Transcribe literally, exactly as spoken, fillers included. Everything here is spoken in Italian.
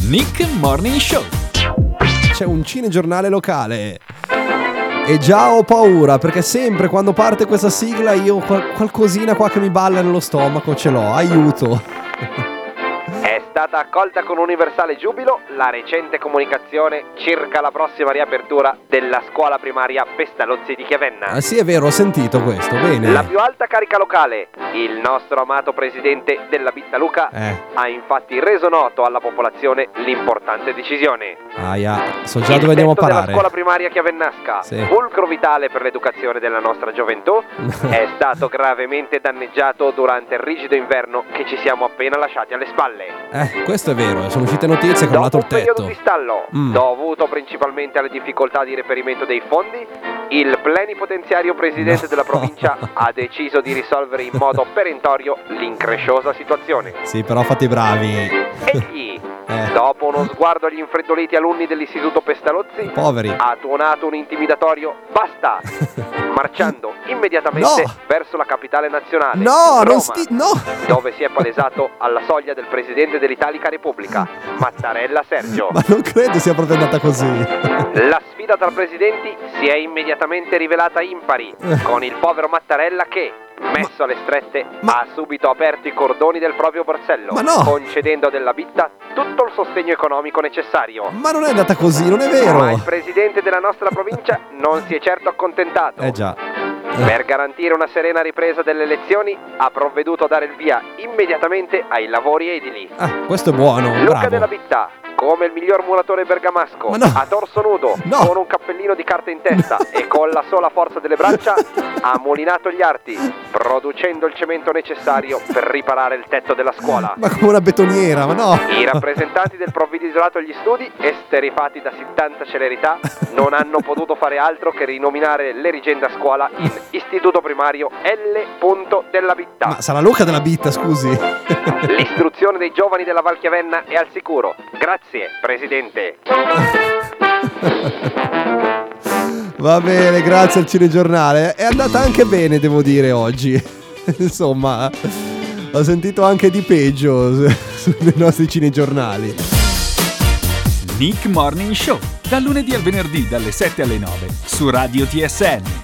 Nick Morning Show. C'è un cinegiornale locale e già ho paura, perché sempre quando parte questa sigla io qual- qualcosina qua che mi balla nello stomaco ce l'ho, aiuto. È stata accolta con universale giubilo la recente comunicazione circa la prossima riapertura della scuola primaria Pestalozzi di Chiavenna. Ah sì, è vero, ho sentito questo, bene. La più alta carica locale, il nostro amato presidente della Bitta Luca, Eh. ha infatti reso noto alla popolazione l'importante decisione. Aia, so già Il dove andiamo a tetto della parare. scuola primaria chiavennasca, Sì. fulcro vitale per l'educazione della nostra gioventù, è stato gravemente danneggiato durante il rigido inverno che ci siamo appena lasciati alle spalle. Eh, questo è vero, sono uscite notizie che hanno dato Dopo il un periodo tetto. di stallo, Mm. dovuto principalmente alle difficoltà di reperimento dei fondi, il plenipotenziario presidente No. della provincia ha deciso di risolvere in modo perentorio l'incresciosa situazione. Sì, però fate i bravi. Egli, Eh. dopo uno sguardo agli infreddoliti alunni dell'istituto Pestalozzi, Poveri. ha tuonato un intimidatorio basta, marciando immediatamente No. verso la capitale nazionale, No, Roma, non sti... No! dove si è palesato alla soglia del presidente dell'Italica Repubblica, Mattarella Sergio. Ma non credo sia proprio andata così. La sfida tra presidenti si è immediatamente rivelata impari, con il povero Mattarella che, messo alle strette, Ma- ha subito aperto i cordoni del proprio borsello, Ma no! concedendo a Della Bitta tutto il sostegno economico necessario. Ma non è andata così, non è vero. Ma il presidente della nostra provincia non si è certo accontentato. Eh già. Per garantire una serena ripresa delle elezioni, ha provveduto a dare il via immediatamente ai lavori edili. Ah, questo è buono, Luca bravo. Della Bitta, come il miglior muratore bergamasco, Ma no. a torso nudo, No. con un cappellino di carta in testa e con la sola forza delle braccia, ha mulinato gli arti, producendo il cemento necessario per riparare il tetto della scuola. Ma come una betoniera, ma no. I rappresentanti del provveditorato agli studi, esterifati da sì tanta celerità, non hanno potuto fare altro che rinominare l'erigenda scuola in Istituto Primario L. Della Bitta. Ma sarà Luca Della Bitta, scusi. L'istruzione dei giovani della Val Chiavenna è al sicuro. Grazie, Presidente. Va bene, grazie al cinegiornale. È andata anche bene, devo dire, oggi. Insomma, ho sentito anche di peggio su- sui nostri cinegiornali. Nick Morning Show, dal lunedì al venerdì dalle sette alle nove su Radio T S N.